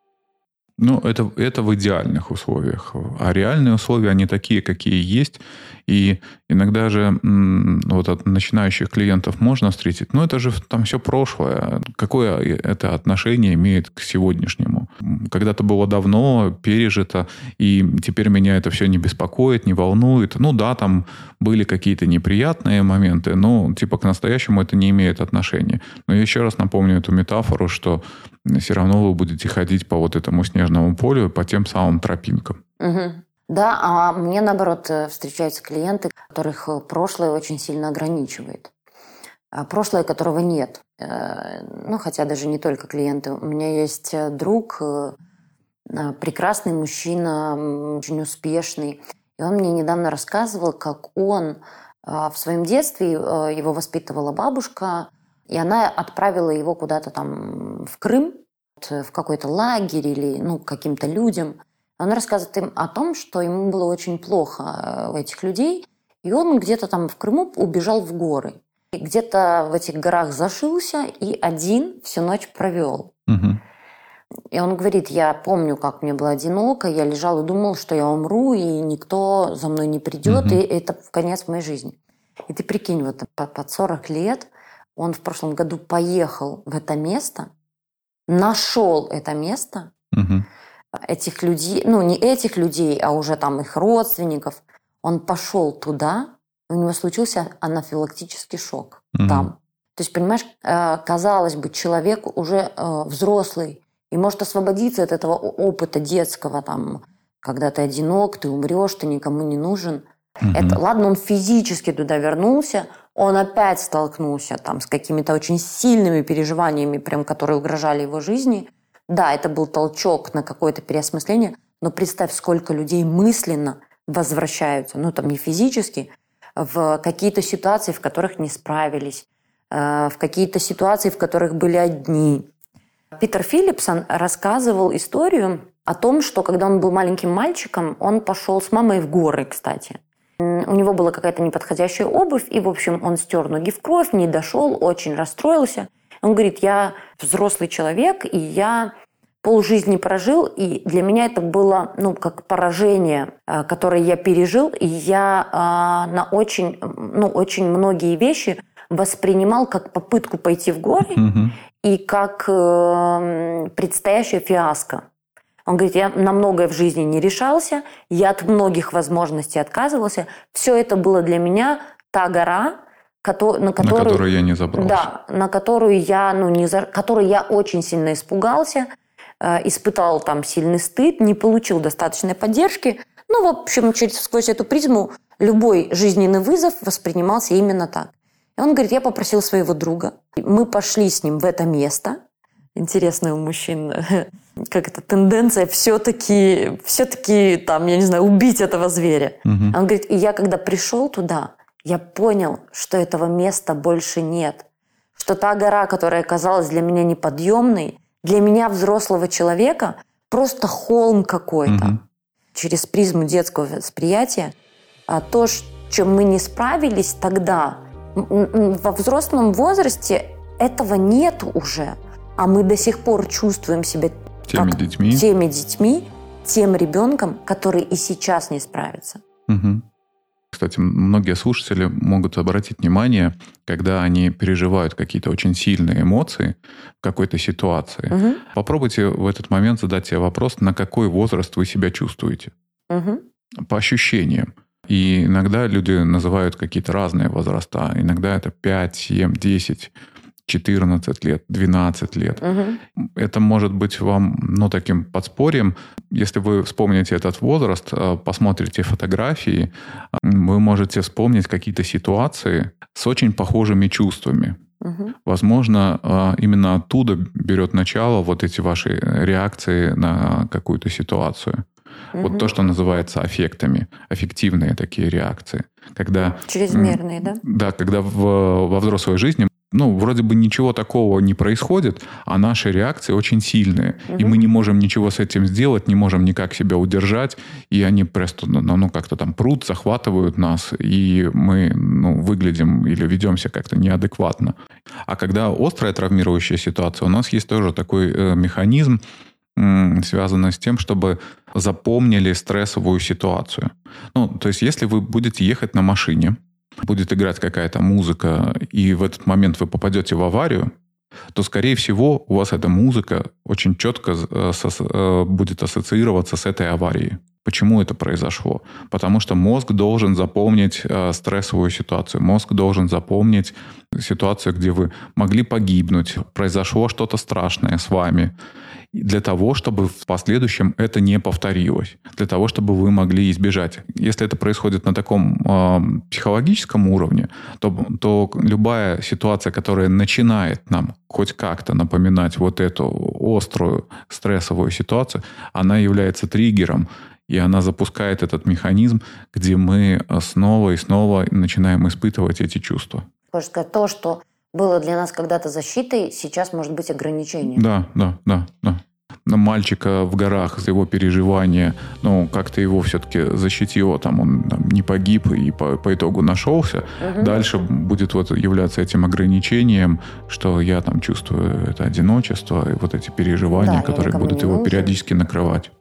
Это в идеальных условиях. А реальные условия, они такие, какие есть. И иногда же от начинающих клиентов можно встретить, но это же там все прошлое. Какое это отношение имеет к сегодняшнему? Когда-то было давно, пережито, и теперь меня это все не беспокоит, не волнует. Там были какие-то неприятные моменты, но к настоящему это не имеет отношения. Но я еще раз напомню эту метафору, что все равно вы будете ходить по этому снежному полю, по тем самым тропинкам. Угу. Да, а мне, наоборот, встречаются клиенты, которых прошлое очень сильно ограничивает. Прошлое, которого нет. Хотя даже не только клиенты. У меня есть друг, прекрасный мужчина, очень успешный. И он мне недавно рассказывал, как он в своем детстве, его воспитывала бабушка, и она отправила его куда-то там в Крым, в какой-то лагерь или к каким-то людям. Он рассказывает им о том, что ему было очень плохо у этих людей, и он где-то там в Крыму убежал в горы. И где-то в этих горах зашился и один всю ночь провел. Угу. И он говорит, я помню, как мне было одиноко, я лежал и думал, что я умру, и никто за мной не придет, и это конец моей жизни. И ты прикинь, под 40 лет он в прошлом году поехал в это место, нашел это место, этих людей, не этих людей, а уже там их родственников, он пошел туда, у него случился анафилактический шок там. То есть, понимаешь, казалось бы, человек уже взрослый и может освободиться от этого опыта детского, там, когда ты одинок, ты умрешь, ты никому не нужен. Ладно, он физически туда вернулся, он опять столкнулся там с какими-то очень сильными переживаниями, прям, которые угрожали его жизни. Да, это был толчок на какое-то переосмысление, но представь, сколько людей мысленно возвращаются, не физически, в какие-то ситуации, в которых не справились, в какие-то ситуации, в которых были одни. Питер Филлипсон рассказывал историю о том, что когда он был маленьким мальчиком, он пошел с мамой в горы, кстати. У него была какая-то неподходящая обувь, и, в общем, он стер ноги в кровь, не дошел, очень расстроился. Он говорит, я взрослый человек, и я полжизни прожил, и для меня это было, как поражение, которое я пережил, и я на очень многие вещи воспринимал как попытку пойти в горы и как предстоящее фиаско. Он говорит, я на многое в жизни не решался, я от многих возможностей отказывался. Все это было для меня та гора, на которую я не забрался. Да, на которую я, которой я очень сильно испугался, испытал там сильный стыд, не получил достаточной поддержки. В общем, сквозь эту призму любой жизненный вызов воспринимался именно так. И он говорит, я попросил своего друга, мы пошли с ним в это место. Интересная у мужчин тенденция все-таки там, я не знаю, убить этого зверя. Он говорит, и я когда пришел туда, я понял, что этого места больше нет. Что та гора, которая казалась для меня неподъемной, для меня, взрослого человека, просто холм какой-то. Через призму детского восприятия. То, с чем мы не справились тогда, во взрослом возрасте этого нет уже. А мы до сих пор чувствуем себя теми детьми, тем ребенком, который и сейчас не справится. Кстати, многие слушатели могут обратить внимание, когда они переживают какие-то очень сильные эмоции в какой-то ситуации. Попробуйте в этот момент задать себе вопрос, на какой возраст вы себя чувствуете. По ощущениям. И иногда люди называют какие-то разные возраста. Иногда это 5, 7, 10, 14 лет, 12 лет. Это может быть вам таким подспорьем. Если вы вспомните этот возраст, посмотрите фотографии, вы можете вспомнить какие-то ситуации с очень похожими чувствами. Возможно, именно оттуда берет начало эти ваши реакции на какую-то ситуацию. То, что называется аффектами, аффективные такие реакции. Чрезмерные, да? Да, когда во взрослой жизни вроде бы ничего такого не происходит, а наши реакции очень сильные. И мы не можем ничего с этим сделать, не можем никак себя удержать, и они просто, как-то там прут, захватывают нас, и мы, выглядим или ведемся как-то неадекватно. А когда острая травмирующая ситуация, у нас есть тоже такой механизм, связанный с тем, чтобы запомнили стрессовую ситуацию. То есть, если вы будете ехать на машине, будет играть какая-то музыка, и в этот момент вы попадете в аварию, то, скорее всего, у вас эта музыка очень четко будет ассоциироваться с этой аварией. Почему это произошло? Потому что мозг должен запомнить стрессовую ситуацию. Мозг должен запомнить ситуацию, где вы могли погибнуть, произошло что-то страшное с вами, для того, чтобы в последующем это не повторилось, для того, чтобы вы могли избежать. Если это происходит на таком психологическом уровне, то любая ситуация, которая начинает нам хоть как-то напоминать вот эту острую стрессовую ситуацию, она является триггером, и она запускает этот механизм, где мы снова и снова начинаем испытывать эти чувства. Можно сказать, то, что было для нас когда-то защитой, сейчас может быть ограничением. Да. На мальчика в горах, его переживания, как-то его все-таки защитило, он не погиб и по итогу нашелся. Дальше будет являться этим ограничением, что я чувствую это одиночество и вот эти переживания, которые будут его периодически накрывать.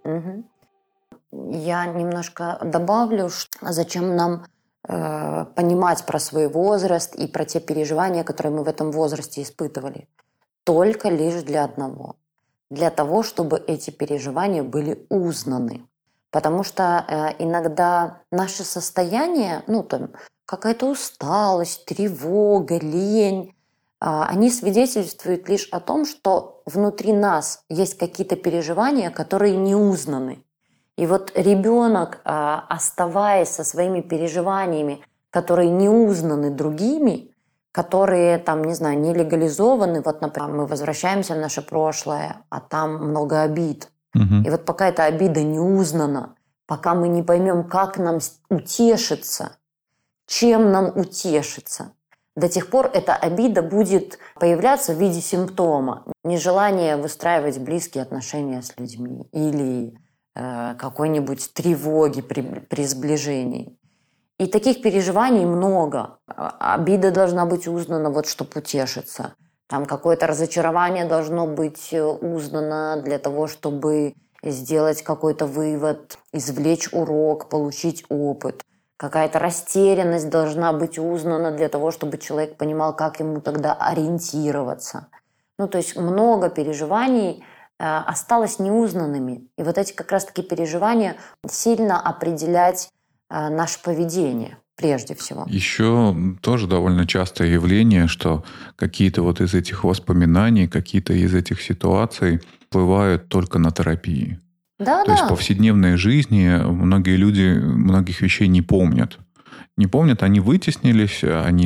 Я немножко добавлю, зачем нам понимать про свой возраст и про те переживания, которые мы в этом возрасте испытывали. Только лишь для одного. Для того, чтобы эти переживания были узнаны. Потому что иногда наше состояние, какая-то усталость, тревога, лень, они свидетельствуют лишь о том, что внутри нас есть какие-то переживания, которые не узнаны. И вот ребенок, оставаясь со своими переживаниями, которые не узнаны другими, которые не легализованы, например, мы возвращаемся в наше прошлое, а там много обид. И вот пока эта обида не узнана, пока мы не поймем, как нам утешиться, чем нам утешиться, до тех пор эта обида будет появляться в виде симптома. Нежелание выстраивать близкие отношения с людьми или какой-нибудь тревоги при сближении. И таких переживаний много. Обида должна быть узнана, чтобы утешиться. Там какое-то разочарование должно быть узнано для того, чтобы сделать какой-то вывод, извлечь урок, получить опыт. Какая-то растерянность должна быть узнана для того, чтобы человек понимал, как ему тогда ориентироваться. То есть много переживаний осталось неузнанными. И вот эти как раз-таки переживания сильно определять наше поведение прежде всего. Еще тоже довольно частое явление, что какие-то из этих воспоминаний, какие-то из этих ситуаций всплывают только на терапии. То есть в повседневной жизни многие люди многих вещей не помнят. Не помнят, они вытеснились,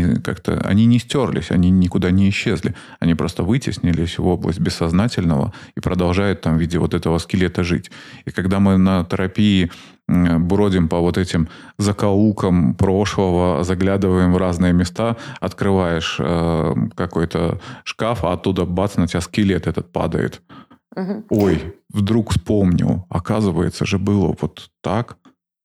они не стерлись, они никуда не исчезли. Они просто вытеснились в область бессознательного и продолжают в виде этого скелета жить. И когда мы на терапии бродим по этим закоулкам прошлого, заглядываем в разные места, открываешь какой-то шкаф, а оттуда бац, на тебя скелет этот падает. Ой, вдруг вспомнил. Оказывается же было вот так.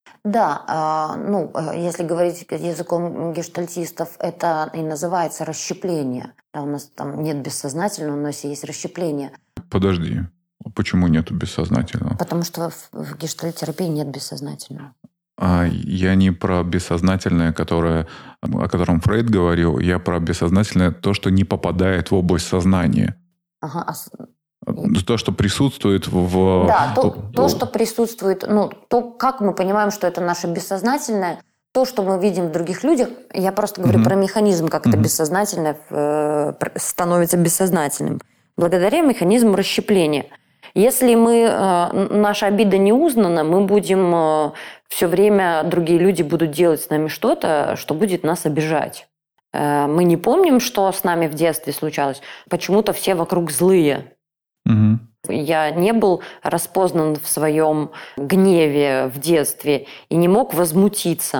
Да, если говорить языком гештальтистов, это и называется расщепление. У нас там нет бессознательного, у нас есть расщепление. Подожди, почему нету бессознательного? Потому что в гештальтерапии нет бессознательного. Я не про бессознательное, о котором Фрейд говорил, я про бессознательное, то, что не попадает в область сознания. Ага, то, что присутствует в... Да, то, что присутствует, то, как мы понимаем, что это наше бессознательное, то, что мы видим в других людях, я просто говорю про механизм, как это бессознательное становится бессознательным. Благодаря механизму расщепления. Если наша обида не узнана, мы будем все время, другие люди будут делать с нами что-то, что будет нас обижать. Мы не помним, что с нами в детстве случалось. Почему-то все вокруг злые. Я не был распознан в своем гневе в детстве и не мог возмутиться.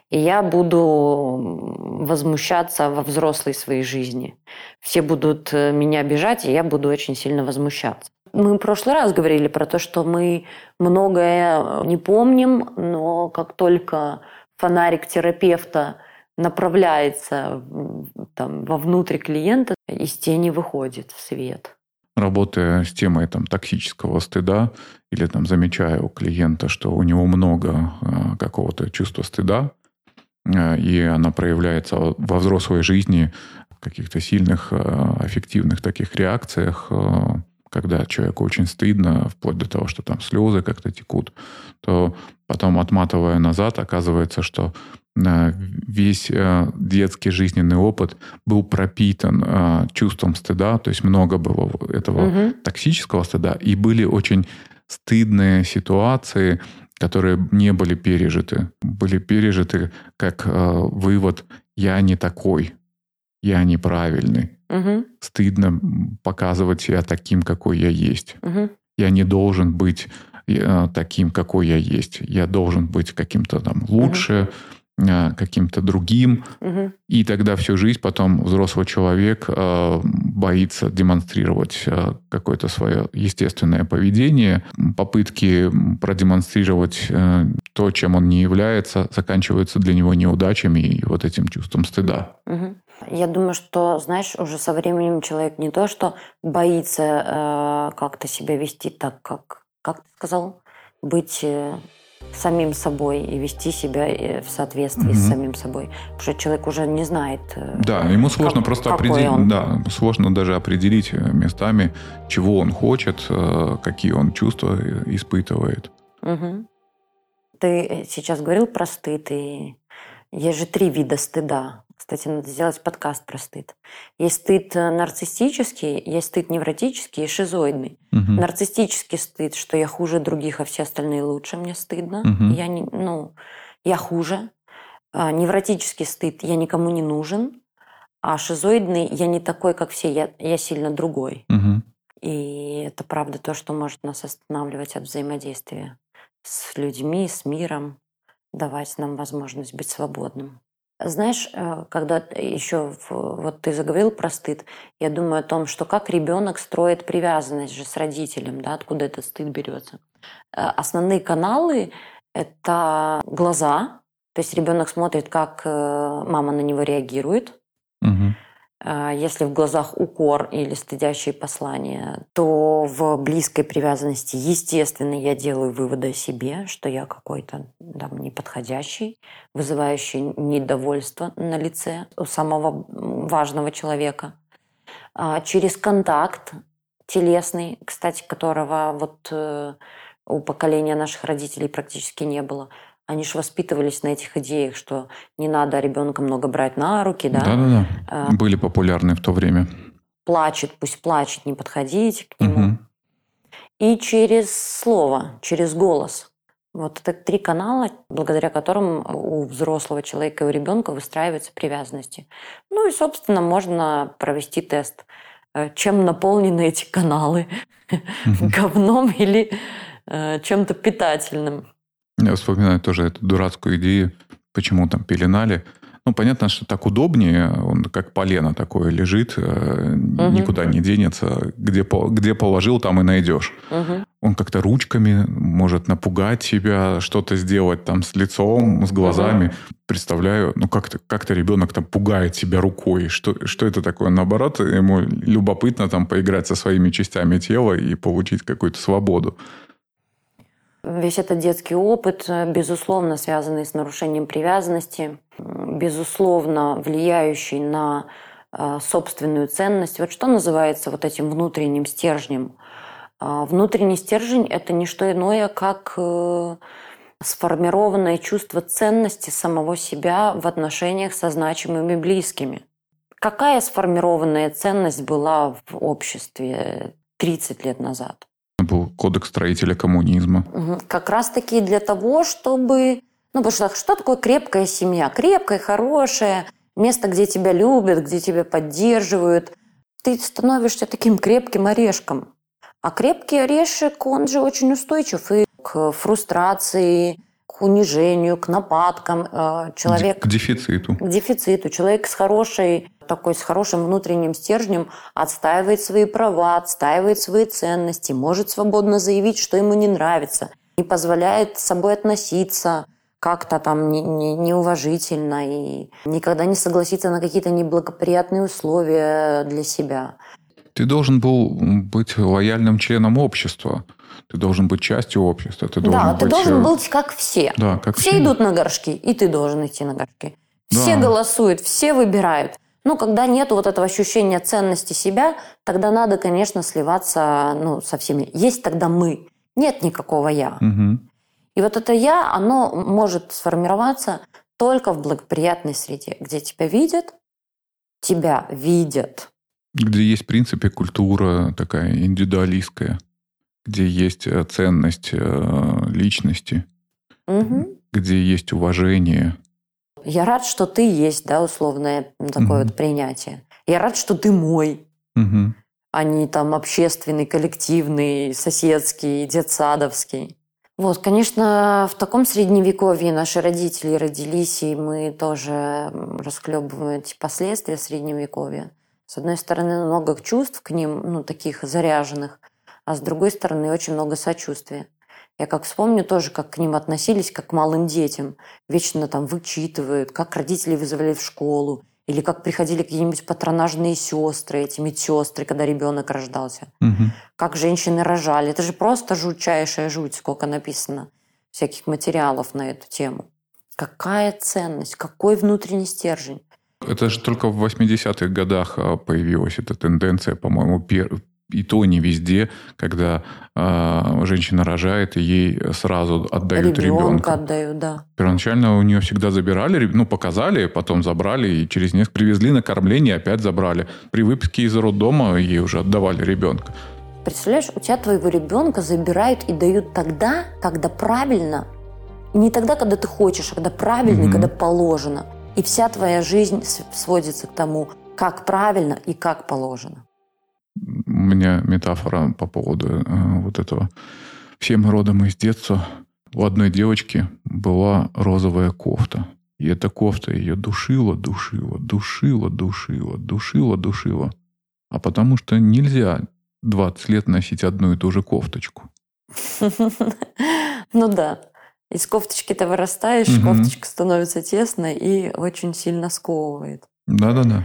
И я буду возмущаться во взрослой своей жизни. Все будут меня обижать, и я буду очень сильно возмущаться. Мы в прошлый раз говорили про то, что мы многое не помним, но как только фонарик терапевта направляется там, вовнутрь клиента, из тени выходит в свет. Работая с темой токсического стыда или замечая у клиента, что у него много какого-то чувства стыда, и она проявляется во взрослой жизни в каких-то сильных аффективных таких реакциях, когда человеку очень стыдно, вплоть до того, что слезы как-то текут, то потом, отматывая назад, оказывается, что весь детский жизненный опыт был пропитан чувством стыда, то есть много было этого токсического стыда, и были очень стыдные ситуации, которые не были пережиты. Были пережиты как вывод «я не такой, я неправильный». Стыдно показывать себя таким, какой я есть. Я не должен быть таким, какой я есть. Я должен быть каким-то лучше, каким-то другим. И тогда всю жизнь потом взрослый человек боится демонстрировать какое-то свое естественное поведение. Попытки продемонстрировать то, чем он не является, заканчиваются для него неудачами и вот этим чувством стыда. Я думаю, что, знаешь, уже со временем человек не то, что боится как-то себя вести так, как ты сказал, быть самим собой и вести себя в соответствии с самим собой. Потому что человек уже не знает. Да, ему сложно просто определить. Да, сложно даже определить местами, чего он хочет, какие он чувства испытывает. Ты сейчас говорил про стыд, и есть же 3 вида стыда. Кстати, надо сделать подкаст про стыд. Есть стыд нарциссический, есть стыд невротический и шизоидный. Нарциссический стыд, что я хуже других, а все остальные лучше, мне стыдно. Я хуже. Невротический стыд, я никому не нужен. А шизоидный, я не такой, как все, я сильно другой. И это правда то, что может нас останавливать от взаимодействия с людьми, с миром, давать нам возможность быть свободным. Знаешь, когда еще вот ты заговорил про стыд, я думаю о том, что как ребенок строит привязанность же с родителем, да, откуда этот стыд берется. Основные каналы – это глаза, то есть ребенок смотрит, как мама на него реагирует. Если в глазах укор или стыдящие послания, то в близкой привязанности, естественно, я делаю выводы о себе, что я какой-то неподходящий, вызывающий недовольство на лице у самого важного человека. Через контакт телесный, кстати, которого у поколения наших родителей практически не было. Они же воспитывались на этих идеях, что не надо ребенка много брать на руки. Да? Да-да-да. Были популярны в то время. Плачет, пусть плачет, не подходите к нему. И через слово, через голос. Вот это 3 канала, благодаря которым у взрослого человека и у ребенка выстраиваются привязанности. Ну и, собственно, можно провести тест. Чем наполнены эти каналы? Говном или чем-то питательным? Я вспоминаю тоже эту дурацкую идею, почему пеленали. Понятно, что так удобнее, он как полено такое лежит, никуда не денется, где положил, там и найдешь. Он как-то ручками может напугать себя, что-то сделать с лицом, с глазами. Представляю, как-то ребенок пугает себя рукой. Что это такое? Наоборот, ему любопытно поиграть со своими частями тела и получить какую-то свободу. Весь этот детский опыт, безусловно, связанный с нарушением привязанности, безусловно, влияющий на собственную ценность. Вот что называется вот этим внутренним стержнем? Внутренний стержень – это не что иное, как сформированное чувство ценности самого себя в отношениях со значимыми близкими. Какая сформированная ценность была в обществе 30 лет назад? Был кодекс строителя коммунизма. Как раз-таки для того, чтобы... потому что что такое крепкая семья? Крепкая, хорошая, место, где тебя любят, где тебя поддерживают. Ты становишься таким крепким орешком. А крепкий орешек, он же очень устойчив и к фрустрации, к унижению, к нападкам. Человек... К дефициту. К дефициту. Человек с хорошим внутренним стержнем отстаивает свои права, отстаивает свои ценности, может свободно заявить, что ему не нравится, не позволяет с собой относиться как-то там неуважительно и никогда не согласиться на какие-то неблагоприятные условия для себя. Ты должен был быть лояльным членом общества. Ты должен быть частью общества. Ты должен быть как все. Да, как все идут на горшки, и ты должен идти на горшки. Все голосуют, все выбирают. Когда нет вот этого ощущения ценности себя, тогда надо, конечно, сливаться со всеми. Есть тогда мы. Нет никакого «я». Угу. И вот это «я», оно может сформироваться только в благоприятной среде, где тебя видят. Где есть, в принципе, культура такая индивидуалистская, где есть ценность личности, где есть уважение. Я рад, что ты есть, условное такое вот принятие. Я рад, что ты мой, а не там общественный, коллективный, соседский, детсадовский. Конечно, в таком средневековье наши родители родились, и мы тоже расхлебываем эти последствия средневековья. С одной стороны, много чувств к ним, таких заряженных, а с другой стороны, очень много сочувствия. Я как вспомню тоже, как к ним относились, как к малым детям. Вечно там вычитывают, как родители вызывали в школу, или как приходили какие-нибудь патронажные сестры, эти медсестры, когда ребенок рождался. Как женщины рожали. Это же просто жутчайшая жуть, сколько написано всяких материалов на эту тему. Какая ценность, какой внутренний стержень. Это же только в 80-х годах появилась эта тенденция, по-моему, и то не везде, когда женщина рожает, и ей сразу отдают ребенка. Отдают, да. Первоначально у нее всегда забирали, показали, потом забрали, и через несколько привезли на кормление, опять забрали. При выписке из роддома ей уже отдавали ребенка. Представляешь, у тебя твоего ребенка забирают и дают тогда, когда правильно. Не тогда, когда ты хочешь, а когда правильно, когда положено. И вся твоя жизнь сводится к тому, как правильно и как положено. У меня метафора по поводу вот этого. Все мы родом из детства. У одной девочки была розовая кофта. И эта кофта ее душила. А потому что нельзя 20 лет носить одну и ту же кофточку. Да. Из кофточки ты вырастаешь, кофточка становится тесной и очень сильно сковывает. Да.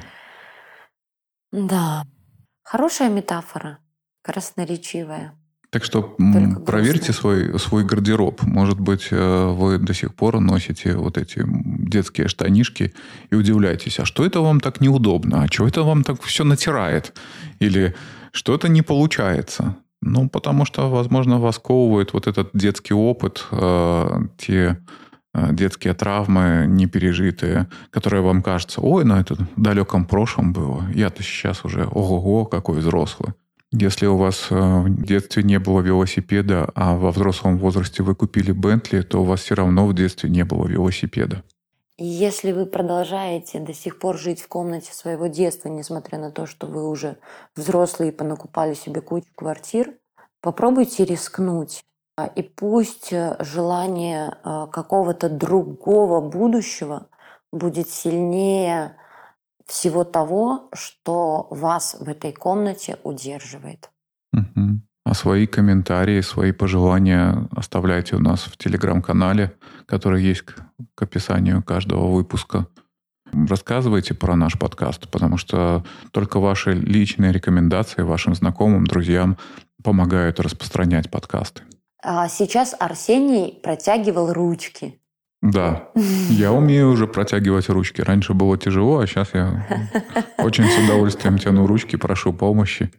Да. Хорошая метафора, красноречивая. Так что проверьте свой гардероб. Может быть, вы до сих пор носите вот эти детские штанишки и удивляетесь, а что это вам так неудобно? А что это вам так все натирает? Или что-то не получается? Потому что, возможно, вас сковывает вот этот детский опыт, те детские травмы непережитые, которые вам кажутся, это в далеком прошлом было. Я-то сейчас уже ого-го, какой взрослый. Если у вас в детстве не было велосипеда, а во взрослом возрасте вы купили Бентли, то у вас все равно в детстве не было велосипеда. Если вы продолжаете до сих пор жить в комнате своего детства, несмотря на то, что вы уже взрослые и понакупали себе кучу квартир, попробуйте рискнуть. И пусть желание какого-то другого будущего будет сильнее всего того, что вас в этой комнате удерживает. А свои комментарии, свои пожелания оставляйте у нас в телеграм-канале, который есть к описанию каждого выпуска. Рассказывайте про наш подкаст, потому что только ваши личные рекомендации вашим знакомым, друзьям помогают распространять подкасты. А сейчас Арсений протягивал ручки. Да, я умею уже протягивать ручки. Раньше было тяжело, а сейчас я очень с удовольствием тяну ручки, прошу помощи.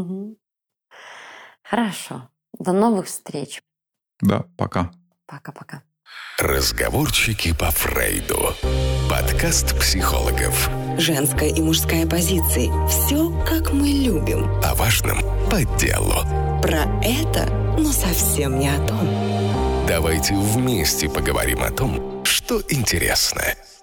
Хорошо. До новых встреч. Да, пока. Пока-пока. Разговорчики по Фрейду. Подкаст психологов. Женская и мужская позиции. Все, как мы любим. О важном по делу. Про это, но совсем не о том. Давайте вместе поговорим о том, что интересно.